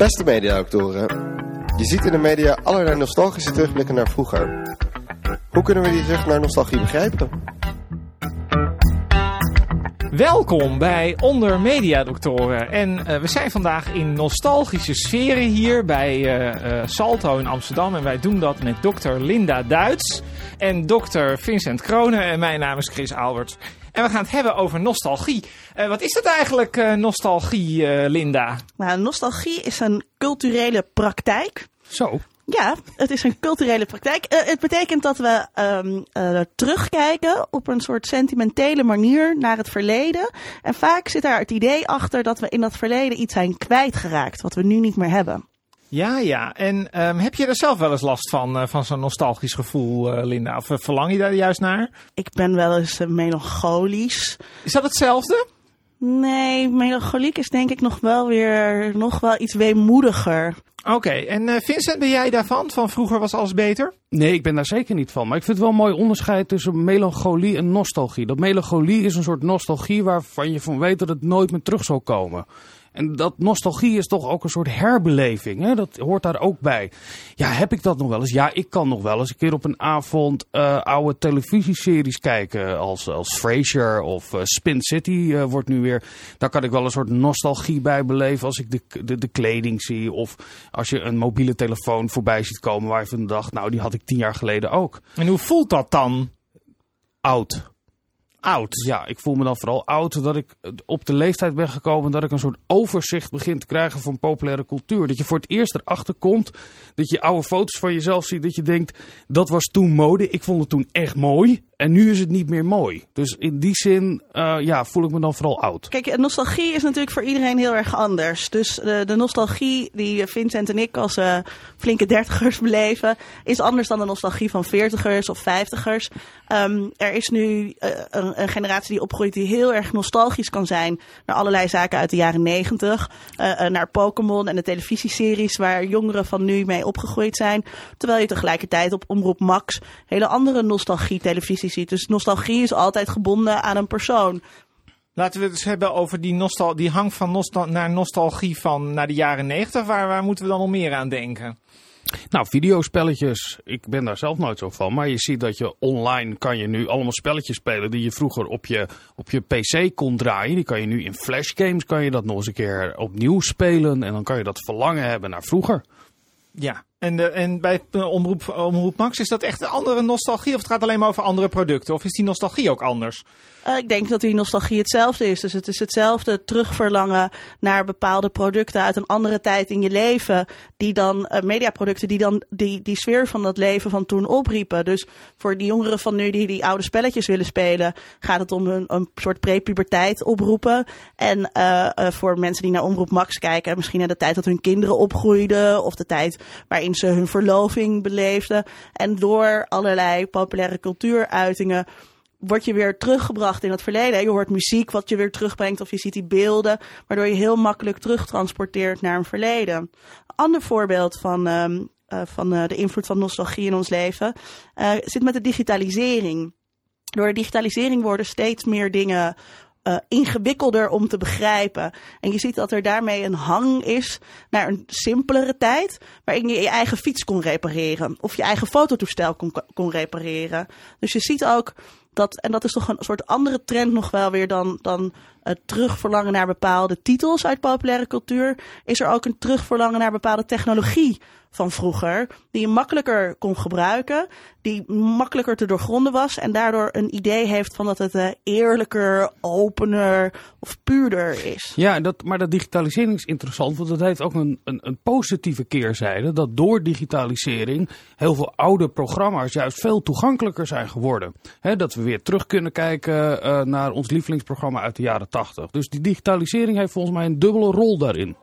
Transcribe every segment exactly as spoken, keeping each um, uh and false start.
Beste mediadoctoren, je ziet in de media allerlei nostalgische terugblikken naar vroeger. Hoe kunnen we die terug naar nostalgie begrijpen? Welkom bij Onder Mediadoctoren. En uh, we zijn vandaag in nostalgische sferen hier bij uh, uh, Salto in Amsterdam. En wij doen dat met dokter Linda Duits en dokter Vincent Kronen. En mijn naam is Chris Alberts. En we gaan het hebben over nostalgie. Uh, wat is dat eigenlijk, uh, nostalgie, uh, Linda? Nou, nostalgie is een culturele praktijk. Zo. Ja, het is een culturele praktijk. Uh, het betekent dat we um, uh, terugkijken op een soort sentimentele manier naar het verleden. En vaak zit daar het idee achter dat we in dat verleden iets zijn kwijtgeraakt, wat we nu niet meer hebben. Ja, ja. En um, heb je er zelf wel eens last van, uh, van zo'n nostalgisch gevoel, uh, Linda? Of uh, verlang je daar juist naar? Ik ben wel eens uh, melancholisch. Is dat hetzelfde? Nee, melancholiek is denk ik nog wel weer nog wel iets weemoediger. Oké, okay. En uh, Vincent, ben jij daarvan? Van vroeger was alles beter? Nee, ik ben daar zeker niet van. Maar ik vind het wel een mooi onderscheid tussen melancholie en nostalgie. Dat melancholie is een soort nostalgie waarvan je van weet dat het nooit meer terug zal komen. En dat nostalgie is toch ook een soort herbeleving. Hè? Dat hoort daar ook bij. Ja, heb ik dat nog wel eens? Ja, ik kan nog wel eens een keer op een avond uh, oude televisieseries kijken. Als, als Frasier of uh, Spin City uh, wordt nu weer. Daar kan ik wel een soort nostalgie bij beleven als ik de, de, de kleding zie. Of als je een mobiele telefoon voorbij ziet komen waar je van dacht, nou die had ik tien jaar geleden ook. En hoe voelt dat dan? Oud. Oud. Ja, ik voel me dan vooral oud dat ik op de leeftijd ben gekomen dat ik een soort overzicht begin te krijgen van populaire cultuur. Dat je voor het eerst erachter komt, dat je oude foto's van jezelf ziet, dat je denkt, dat was toen mode, ik vond het toen echt mooi en nu is het niet meer mooi. Dus in die zin, uh, ja, voel ik me dan vooral oud. Kijk, nostalgie is natuurlijk voor iedereen heel erg anders. Dus de, de nostalgie die Vincent en ik als uh, flinke dertigers beleven, is anders dan de nostalgie van veertigers of vijftigers. Um, er is nu uh, een, een generatie die opgroeit die heel erg nostalgisch kan zijn naar allerlei zaken uit de jaren negentig. Uh, uh, naar Pokémon en de televisieseries waar jongeren van nu mee opgegroeid zijn. Terwijl je tegelijkertijd op Omroep Max hele andere nostalgie-televisie ziet. Dus nostalgie is altijd gebonden aan een persoon. Laten we het dus hebben over die, nostal- die hang van nostal- naar nostalgie van naar de jaren negentig. Waar, waar moeten we dan nog meer aan denken? Nou, videospelletjes. Ik ben daar zelf nooit zo van. Maar je ziet dat je online kan je nu allemaal spelletjes spelen die je vroeger op je, op je P C kon draaien. Die kan je nu in flashgames, kan je dat nog eens een keer opnieuw spelen. En dan kan je dat verlangen hebben naar vroeger. Ja, en, de, en bij Omroep, Omroep Max is dat echt een andere nostalgie? Of het gaat alleen maar over andere producten? Of is die nostalgie ook anders? Uh, ik denk dat die nostalgie hetzelfde is. Dus het is hetzelfde terugverlangen naar bepaalde producten uit een andere tijd in je leven. Die dan, uh, mediaproducten die dan die, die sfeer van dat leven van toen opriepen. Dus voor die jongeren van nu die die oude spelletjes willen spelen, gaat het om een, een soort prepuberteit oproepen. En uh, uh, voor mensen die naar Omroep Max kijken, misschien naar de tijd dat hun kinderen opgroeiden. Of de tijd waarin ze hun verloving beleefden. En door allerlei populaire cultuuruitingen word je weer teruggebracht in het verleden. Je hoort muziek wat je weer terugbrengt of je ziet die beelden, waardoor je heel makkelijk terugtransporteert naar een verleden. Een ander voorbeeld van, um, uh, van uh, de invloed van nostalgie in ons leven uh, zit met de digitalisering. Door de digitalisering worden steeds meer dingen Uh, ingewikkelder om te begrijpen. En je ziet dat er daarmee een hang is naar een simpelere tijd, waarin je je eigen fiets kon repareren of je eigen fototoestel kon, kon repareren. Dus je ziet ook dat, en dat is toch een soort andere trend nog wel weer dan, dan uh, terugverlangen naar bepaalde titels uit populaire cultuur, is er ook een terugverlangen naar bepaalde technologie van vroeger, die je makkelijker kon gebruiken, die makkelijker te doorgronden was en daardoor een idee heeft van dat het uh, eerlijker, opener of puurder is. Ja, dat, maar dat digitalisering is interessant, want dat heeft ook een, een, een positieve keerzijde, dat door digitalisering heel veel oude programma's juist veel toegankelijker zijn geworden. He, dat we weer terug kunnen kijken uh, naar ons lievelingsprogramma uit de jaren tachtig. Dus die digitalisering heeft volgens mij een dubbele rol daarin.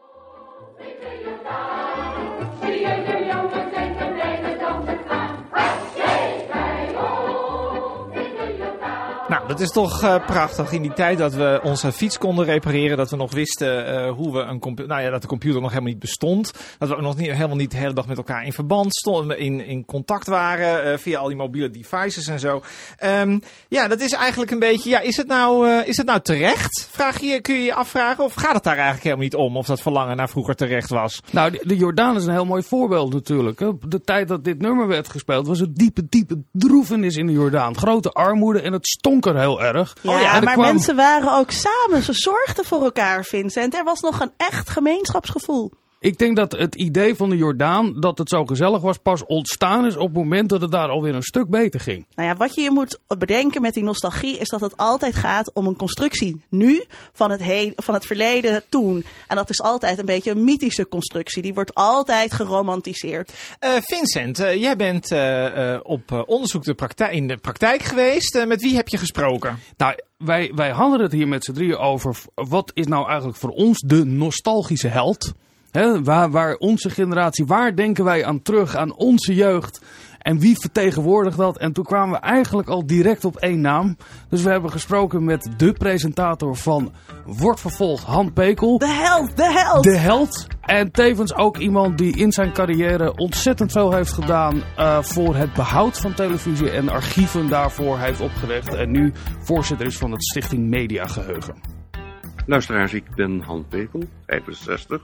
Nou, Dat is toch uh, prachtig. In die tijd dat we onze fiets konden repareren, dat we nog wisten uh, hoe we een computer, nou ja, dat de computer nog helemaal niet bestond. Dat we ook nog niet, helemaal niet de hele dag met elkaar in verband stonden, in, in contact waren uh, via al die mobiele devices en zo. Um, ja, dat is eigenlijk een beetje, ja, is het nou, uh, is het nou terecht? Vraag je, kun je je afvragen, of gaat het daar eigenlijk helemaal niet om, of dat verlangen naar vroeger terecht was? Nou, de, de Jordaan is een heel mooi voorbeeld natuurlijk. Hè. De tijd dat dit nummer werd gespeeld, was het diepe, diepe droefenis in de Jordaan. Grote armoede en het stonk er heel erg. Ja, oh ja maar kwam... mensen waren ook samen. Ze zorgden voor elkaar, Vincent. Er was nog een echt gemeenschapsgevoel. Ik denk dat het idee van de Jordaan, dat het zo gezellig was, pas ontstaan is op het moment dat het daar alweer een stuk beter ging. Nou ja, wat je je moet bedenken met die nostalgie is dat het altijd gaat om een constructie nu van het, he- van het verleden toen. En dat is altijd een beetje een mythische constructie. Die wordt altijd geromantiseerd. Uh, Vincent, uh, jij bent uh, uh, op uh, onderzoek de praktijk, in de praktijk geweest. Uh, met wie heb je gesproken? Nou, wij, wij hadden het hier met z'n drieën over wat is nou eigenlijk voor ons de nostalgische held. He, waar, waar onze generatie, waar denken wij aan terug, aan onze jeugd en wie vertegenwoordigt dat? En toen kwamen we eigenlijk al direct op één naam. Dus we hebben gesproken met de presentator van Wordt Vervolgd, Han Pekel. De held, de held! De held. En tevens ook iemand die in zijn carrière ontzettend veel heeft gedaan uh, voor het behoud van televisie en archieven daarvoor heeft opgericht. En nu voorzitter is van het Stichting Media Geheugen. Luisteraars, ik ben Han Pekel, vijfenzestig.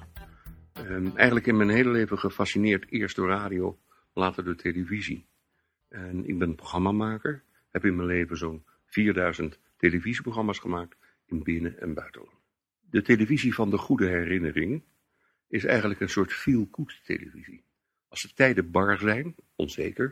Um, eigenlijk in mijn hele leven gefascineerd, eerst door radio, later door televisie. En ik ben programmamaker, heb in mijn leven zo'n vierduizend televisieprogramma's gemaakt in binnen- en buitenland. De televisie van de goede herinnering is eigenlijk een soort feel-good televisie. Als de tijden bar zijn, onzeker,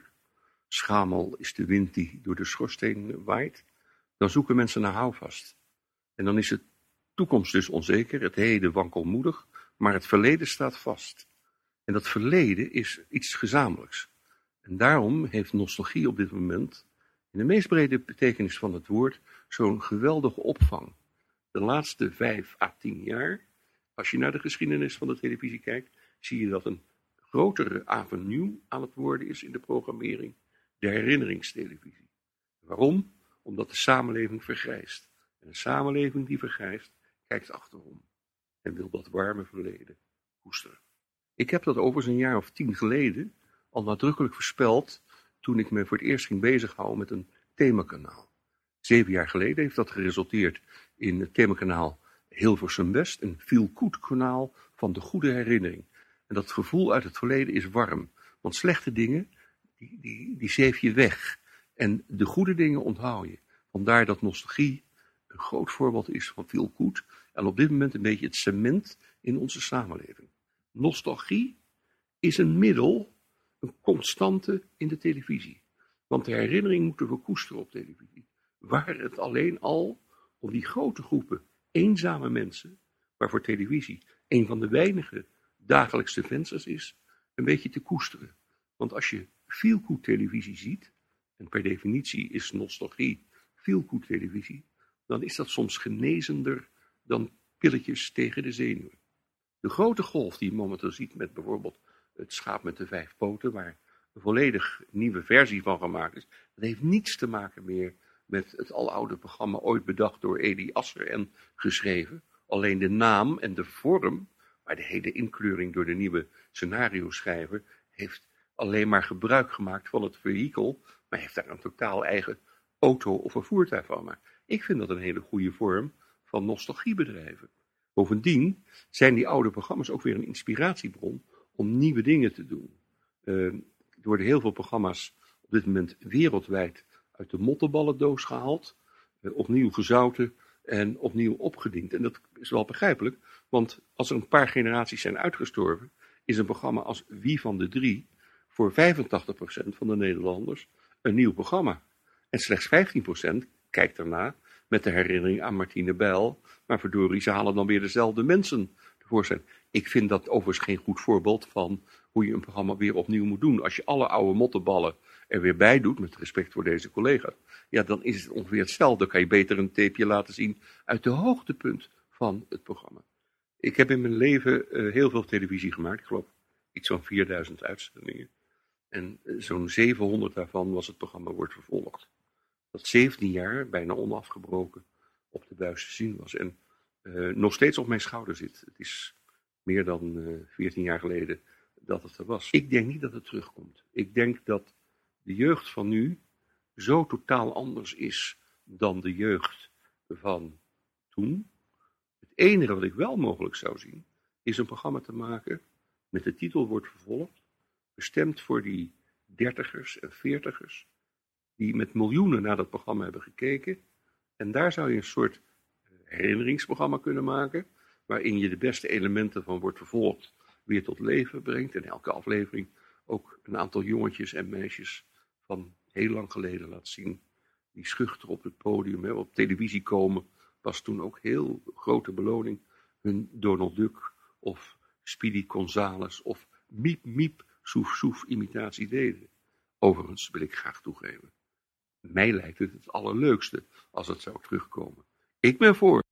schamel is de wind die door de schoorsteen waait, dan zoeken mensen naar houvast. En dan is de toekomst dus onzeker, het heden wankelmoedig, maar het verleden staat vast. En dat verleden is iets gezamenlijks. En daarom heeft nostalgie op dit moment, in de meest brede betekenis van het woord, zo'n geweldige opvang. De laatste vijf à tien jaar, als je naar de geschiedenis van de televisie kijkt, zie je dat een grotere avenue aan het worden is in de programmering, de herinneringstelevisie. Waarom? Omdat de samenleving vergrijst. En een samenleving die vergrijst, kijkt achterom. En wil dat warme verleden koesteren. Ik heb dat overigens een jaar of tien geleden al nadrukkelijk voorspeld toen ik me voor het eerst ging bezighouden met een themakanaal. Zeven jaar geleden heeft dat geresulteerd in het themakanaal Hilversum West, een feel-good kanaal van de goede herinnering. En dat gevoel uit het verleden is warm, want slechte dingen, die, die, die zeef je weg. En de goede dingen onthoud je. Vandaar dat nostalgie een groot voorbeeld is van feel-good. En op dit moment een beetje het cement in onze samenleving. Nostalgie is een middel, een constante in de televisie. Want de herinnering moeten we koesteren op televisie. Waar het alleen al om die grote groepen eenzame mensen, waarvoor televisie een van de weinige dagelijkse vensters is, een beetje te koesteren. Want als je feel-good televisie ziet, en per definitie is nostalgie feel-good televisie, dan is dat soms genezender dan pilletjes tegen de zenuwen. De grote golf die je momenteel ziet met bijvoorbeeld het schaap met de vijf poten, waar een volledig nieuwe versie van gemaakt is, dat heeft niets te maken meer met het aloude programma ooit bedacht door Edi Asser en geschreven. Alleen de naam en de vorm, maar de hele inkleuring door de nieuwe scenario-schrijver, heeft alleen maar gebruik gemaakt van het vehikel, maar heeft daar een totaal eigen auto of een voertuig van gemaakt. Ik vind dat een hele goede vorm van nostalgiebedrijven. Bovendien zijn die oude programma's ook weer een inspiratiebron om nieuwe dingen te doen. Uh, er worden heel veel programma's op dit moment wereldwijd uit de mottenballendoos gehaald, uh, opnieuw gezouten en opnieuw opgediend. En dat is wel begrijpelijk, want als er een paar generaties zijn uitgestorven, is een programma als Wie van de Drie voor vijfentachtig procent van de Nederlanders een nieuw programma. En slechts vijftien procent kijkt daarna met de herinnering aan Martine Bijl, maar verdorie, ze halen dan weer dezelfde mensen tevoorschijn. Ik vind dat overigens geen goed voorbeeld van hoe je een programma weer opnieuw moet doen. Als je alle oude mottenballen er weer bij doet, met respect voor deze collega's, ja, dan is het ongeveer hetzelfde. Dan kan je beter een tapeje laten zien uit de hoogtepunt van het programma. Ik heb in mijn leven uh, heel veel televisie gemaakt, ik geloof iets van vierduizend uitzendingen. En uh, zo'n zevenhonderd daarvan was het programma Wordt Vervolgd. dat zeventien jaar, bijna onafgebroken, op de buis te zien was. En uh, nog steeds op mijn schouder zit. Het is meer dan uh, veertien jaar geleden dat het er was. Ik denk niet dat het terugkomt. Ik denk dat de jeugd van nu zo totaal anders is dan de jeugd van toen. Het enige wat ik wel mogelijk zou zien, is een programma te maken met de titel wordt vervolgd, bestemd voor die dertigers en veertigers, die met miljoenen naar dat programma hebben gekeken. En daar zou je een soort herinneringsprogramma kunnen maken, waarin je de beste elementen van wordt vervolgd weer tot leven brengt. En elke aflevering ook een aantal jongetjes en meisjes van heel lang geleden laat zien, die schuchter op het podium, hè, op televisie komen, was toen ook heel grote beloning, hun Donald Duck of Speedy Gonzales of Miep Miep Soef Soef imitatie deden. Overigens wil ik graag toegeven, mij lijkt het het allerleukste als het zou terugkomen. Ik ben voor.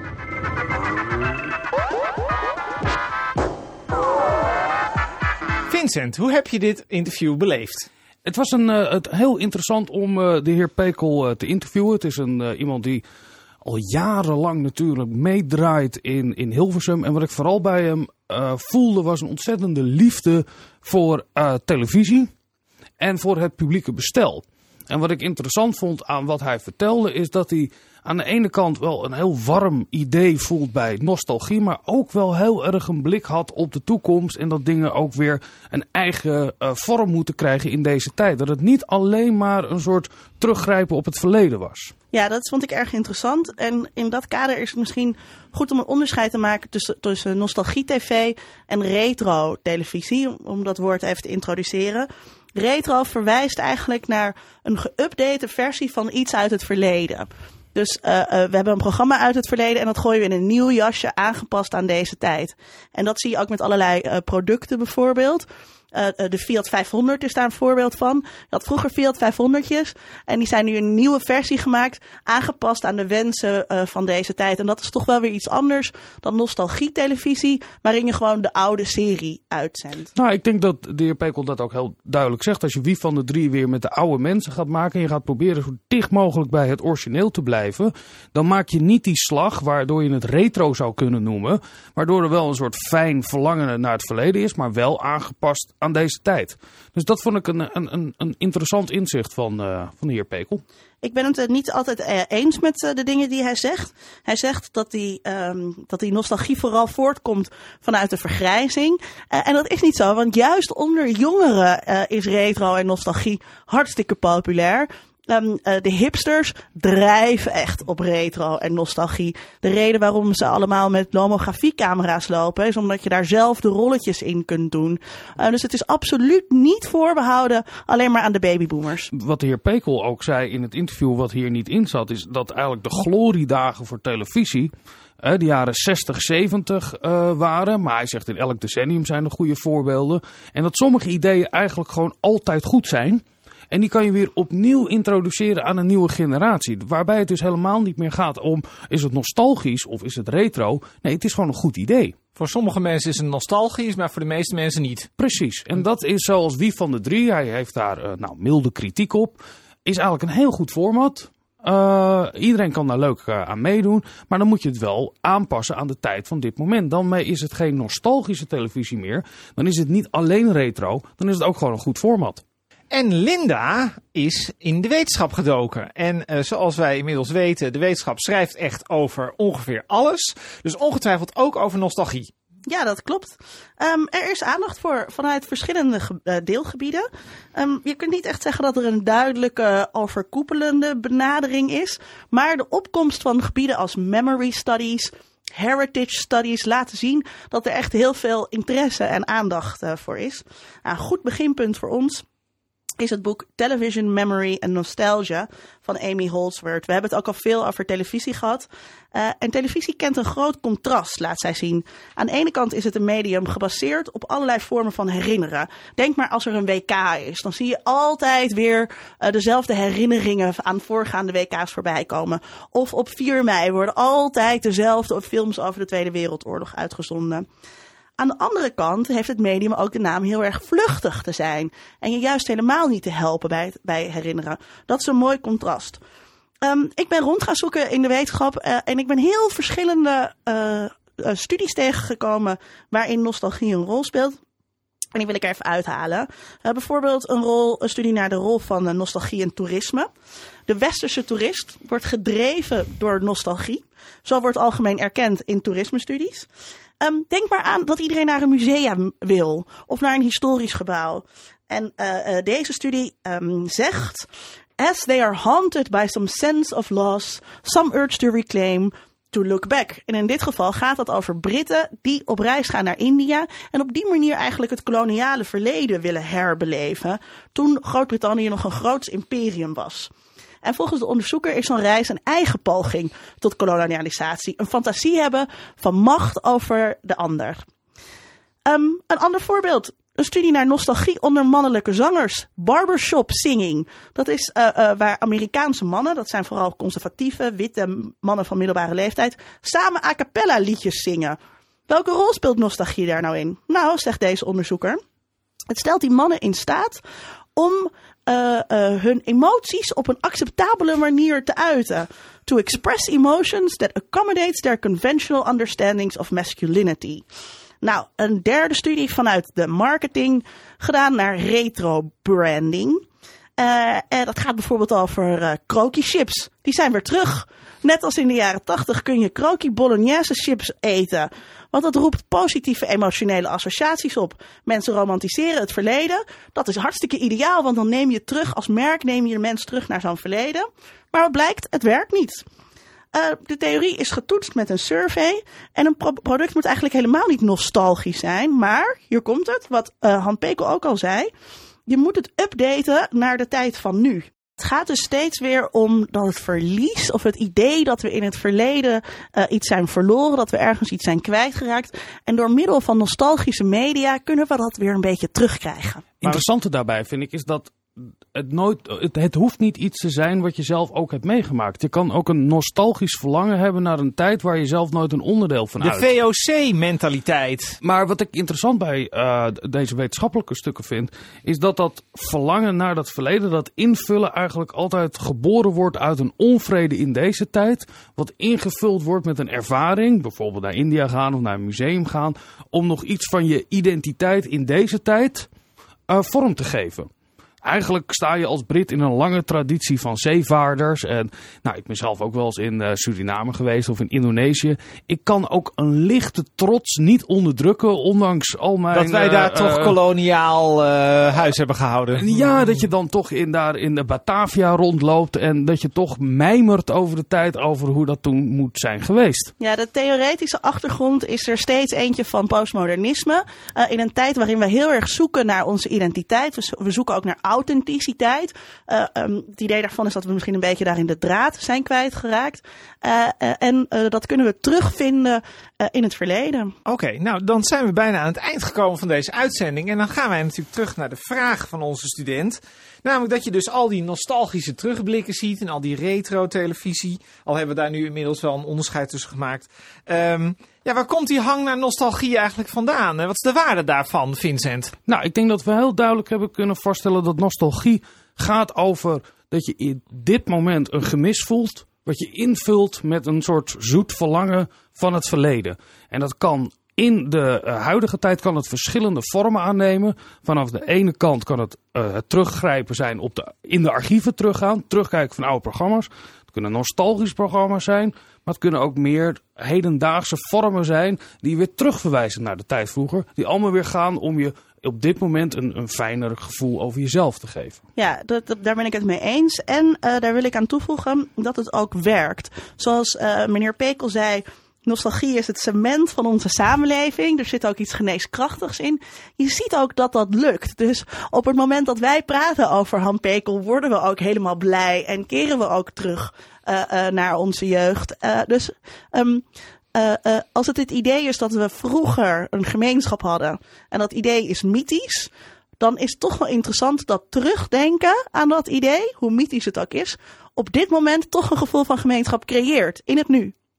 Vincent, hoe heb je dit interview beleefd? Het was een, uh, het heel interessant om uh, de heer Pekel uh, te interviewen. Het is een, uh, iemand die al jarenlang natuurlijk meedraait in, in Hilversum. En wat ik vooral bij hem uh, voelde was een ontzettende liefde voor uh, televisie en voor het publieke bestel. En wat ik interessant vond aan wat hij vertelde is dat hij aan de ene kant wel een heel warm idee voelt bij nostalgie, maar ook wel heel erg een blik had op de toekomst en dat dingen ook weer een eigen uh, vorm moeten krijgen in deze tijd. Dat het niet alleen maar een soort teruggrijpen op het verleden was. Ja, dat vond ik erg interessant. En in dat kader is het misschien goed om een onderscheid te maken tussen, tussen nostalgie-tv en retro-televisie, om dat woord even te introduceren. Retro verwijst eigenlijk naar een geüpdate versie van iets uit het verleden. Dus uh, uh, we hebben een programma uit het verleden en dat gooien we in een nieuw jasje aangepast aan deze tijd. En dat zie je ook met allerlei uh, producten bijvoorbeeld. Uh, de Fiat vijfhonderd is daar een voorbeeld van. Je had vroeger Fiat vijfhonderdjes en die zijn nu in een nieuwe versie gemaakt, aangepast aan de wensen uh, van deze tijd. En dat is toch wel weer iets anders dan nostalgie-televisie, waarin je gewoon de oude serie uitzendt. Nou, ik denk dat de heer Pekel dat ook heel duidelijk zegt. Als je Wie van de Drie weer met de oude mensen gaat maken en je gaat proberen zo dicht mogelijk bij het origineel te blijven, dan maak je niet die slag waardoor je het retro zou kunnen noemen, waardoor er wel een soort fijn verlangen naar het verleden is, maar wel aangepast aan deze tijd. Dus dat vond ik een, een, een interessant inzicht van, uh, van de heer Pekel. Ik ben het uh, niet altijd uh, eens met uh, de dingen die hij zegt. Hij zegt dat die, um, dat die nostalgie vooral voortkomt vanuit de vergrijzing. Uh, en dat is niet zo, want juist onder jongeren uh, is retro en nostalgie hartstikke populair. Um, uh, de hipsters drijven echt op retro en nostalgie. De reden waarom ze allemaal met lomografiecamera's lopen is omdat je daar zelf de rolletjes in kunt doen. Uh, dus het is absoluut niet voorbehouden alleen maar aan de babyboomers. Wat de heer Pekel ook zei in het interview wat hier niet in zat, is dat eigenlijk de gloriedagen voor televisie uh, de jaren zestig, zeventig uh, waren. Maar hij zegt in elk decennium zijn er goede voorbeelden. En dat sommige ideeën eigenlijk gewoon altijd goed zijn. En die kan je weer opnieuw introduceren aan een nieuwe generatie. Waarbij het dus helemaal niet meer gaat om, is het nostalgisch of is het retro? Nee, het is gewoon een goed idee. Voor sommige mensen is het nostalgisch, maar voor de meeste mensen niet. Precies. En dat is zoals Wie van de Drie, hij heeft daar uh, nou, milde kritiek op, is eigenlijk een heel goed format. Uh, iedereen kan daar leuk uh, aan meedoen, maar dan moet je het wel aanpassen aan de tijd van dit moment. Dan is het geen nostalgische televisie meer. Dan is het niet alleen retro, dan is het ook gewoon een goed format. En Linda is in de wetenschap gedoken. En uh, zoals wij inmiddels weten, de wetenschap schrijft echt over ongeveer alles. Dus ongetwijfeld ook over nostalgie. Ja, dat klopt. Um, er is aandacht voor vanuit verschillende ge- uh, deelgebieden. Um, je kunt niet echt zeggen dat er een duidelijke overkoepelende benadering is. Maar de opkomst van gebieden als memory studies, heritage studies laten zien dat er echt heel veel interesse en aandacht uh, voor is. Nou, een goed beginpunt voor ons is het boek Television Memory and Nostalgia van Amy Holdsworth. We hebben het ook al veel over televisie gehad. Uh, en televisie kent een groot contrast, laat zij zien. Aan de ene kant is het een medium gebaseerd op allerlei vormen van herinneren. Denk maar als er een W K is, dan zie je altijd weer uh, dezelfde herinneringen aan voorgaande W K's voorbij komen. Of op vier mei worden altijd dezelfde films over de Tweede Wereldoorlog uitgezonden. Aan de andere kant heeft het medium ook de naam heel erg vluchtig te zijn. En je juist helemaal niet te helpen bij, het, bij herinneren. Dat is een mooi contrast. Um, ik ben rond gaan zoeken in de wetenschap uh, en ik ben heel verschillende uh, uh, studies tegengekomen waarin nostalgie een rol speelt. En die wil ik er even uithalen. Uh, bijvoorbeeld een, rol, een studie naar de rol van uh, nostalgie en toerisme. De westerse toerist wordt gedreven door nostalgie. Zo wordt algemeen erkend in toerismestudies. Um, denk maar aan dat iedereen naar een museum wil of naar een historisch gebouw. En uh, uh, deze studie um, zegt: as they are haunted by some sense of loss, some urge to reclaim, to look back. En in dit geval gaat het over Britten die op reis gaan naar India en op die manier eigenlijk het koloniale verleden willen herbeleven, toen Groot-Brittannië nog een groots imperium was. En volgens de onderzoeker is zo'n reis een eigen poging tot kolonialisatie. Een fantasie hebben van macht over de ander. Um, een ander voorbeeld. Een studie naar nostalgie onder mannelijke zangers. Barbershop singing. Dat is uh, uh, waar Amerikaanse mannen, dat zijn vooral conservatieve, witte mannen van middelbare leeftijd, samen a cappella liedjes zingen. Welke rol speelt nostalgie daar nou in? Nou, zegt deze onderzoeker, het stelt die mannen in staat om uh, uh, hun emoties op een acceptabele manier te uiten. To express emotions that accommodates their conventional understandings of masculinity. Nou, een derde studie vanuit de marketing gedaan naar retro-branding. Uh, en dat gaat bijvoorbeeld over uh, Croaky chips. Die zijn weer terug. Net als in de jaren tachtig kun je Croaky Bolognese chips eten. Want dat roept positieve emotionele associaties op. Mensen romantiseren het verleden. Dat is hartstikke ideaal, want dan neem je terug als merk, neem je de mens terug naar zo'n verleden. Maar wat blijkt, het werkt niet. Uh, de theorie is getoetst met een survey. En een pro- product moet eigenlijk helemaal niet nostalgisch zijn. Maar, hier komt het, wat uh, Han Pekel ook al zei. Je moet het updaten naar de tijd van nu. Het gaat dus steeds weer om dat het verlies of het idee dat we in het verleden uh, iets zijn verloren. Dat we ergens iets zijn kwijtgeraakt. En door middel van nostalgische media kunnen we dat weer een beetje terugkrijgen. Interessante daarbij vind ik is dat Het, nooit, het, het hoeft niet iets te zijn wat je zelf ook hebt meegemaakt. Je kan ook een nostalgisch verlangen hebben naar een tijd waar je zelf nooit een onderdeel van uit. De V O C-mentaliteit. Maar wat ik interessant bij uh, deze wetenschappelijke stukken vind, is dat dat verlangen naar dat verleden, dat invullen eigenlijk altijd geboren wordt uit een onvrede in deze tijd, wat ingevuld wordt met een ervaring, bijvoorbeeld naar India gaan of naar een museum gaan, om nog iets van je identiteit in deze tijd uh, vorm te geven. Eigenlijk sta je als Brit in een lange traditie van zeevaarders. En nou, ik ben zelf ook wel eens in uh, Suriname geweest of in Indonesië. Ik kan ook een lichte trots niet onderdrukken, ondanks al mijn... Dat wij daar uh, toch uh, koloniaal uh, huis hebben gehouden. Ja, dat je dan toch in, daar in de Batavia rondloopt en dat je toch mijmert over de tijd, over hoe dat toen moet zijn geweest. Ja, de theoretische achtergrond is er steeds eentje van postmodernisme. Uh, in een tijd waarin we heel erg zoeken naar onze identiteit. We, we zoeken ook naar authenticiteit. Uh, um, het idee daarvan is dat we misschien een beetje daarin de draad zijn kwijtgeraakt. Uh, uh, en uh, dat kunnen we terugvinden uh, in het verleden. Oké, okay, nou dan zijn we bijna aan het eind gekomen van deze uitzending. En dan gaan wij natuurlijk terug naar de vraag van onze student. Namelijk dat je dus al die nostalgische terugblikken ziet en al die retro-televisie. Al hebben we daar nu inmiddels wel een onderscheid tussen gemaakt. Um, ja, waar komt die hang naar nostalgie eigenlijk vandaan? Wat is de waarde daarvan, Vincent? Nou, ik denk dat we heel duidelijk hebben kunnen voorstellen dat nostalgie gaat over dat je in dit moment een gemis voelt, wat je invult met een soort zoet verlangen van het verleden. En dat kan in de uh, huidige tijd kan het verschillende vormen aannemen. Vanaf de ene kant kan het uh, het teruggrijpen zijn op de, in de archieven teruggaan, terugkijken van oude programma's. Het kunnen nostalgische programma's zijn, maar het kunnen ook meer hedendaagse vormen zijn die weer terugverwijzen naar de tijd vroeger. Die allemaal weer gaan om je op dit moment een, een fijner gevoel over jezelf te geven. Ja, dat, dat, daar ben ik het mee eens. En uh, daar wil ik aan toevoegen dat het ook werkt. Zoals uh, meneer Pekel zei, nostalgie is het cement van onze samenleving. Er zit ook iets geneeskrachtigs in. Je ziet ook dat dat lukt. Dus op het moment dat wij praten over Han Pekel, worden we ook helemaal blij en keren we ook terug uh, uh, naar onze jeugd. Uh, dus um, uh, uh, als het het idee is dat we vroeger een gemeenschap hadden en dat idee is mythisch, dan is het toch wel interessant dat terugdenken aan dat idee, hoe mythisch het ook is, op dit moment toch een gevoel van gemeenschap creëert in het nu.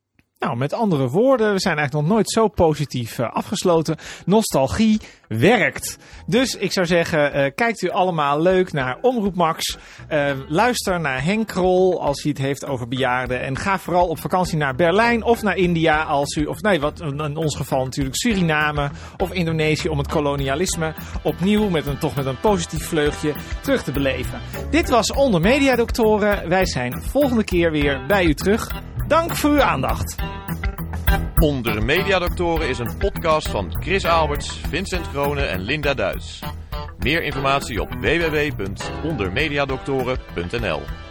Nou, met andere woorden, we zijn eigenlijk nog nooit zo positief uh, afgesloten. Nostalgie werkt. Dus ik zou zeggen, uh, kijkt u allemaal leuk naar Omroep Max. Uh, luister naar Henk Krol als hij het heeft over bejaarden. En ga vooral op vakantie naar Berlijn of naar India als u, of nee, wat in ons geval natuurlijk Suriname of Indonesië om het kolonialisme opnieuw met een toch met een positief vleugje terug te beleven. Dit was Onder Media Doctoren. Wij zijn volgende keer weer bij u terug. Dank voor uw aandacht. Onder Media Doctoren is een podcast van Chris Alberts, Vincent Groene en Linda Duits. Meer informatie op w w w punt onder mediadoctoren punt n l.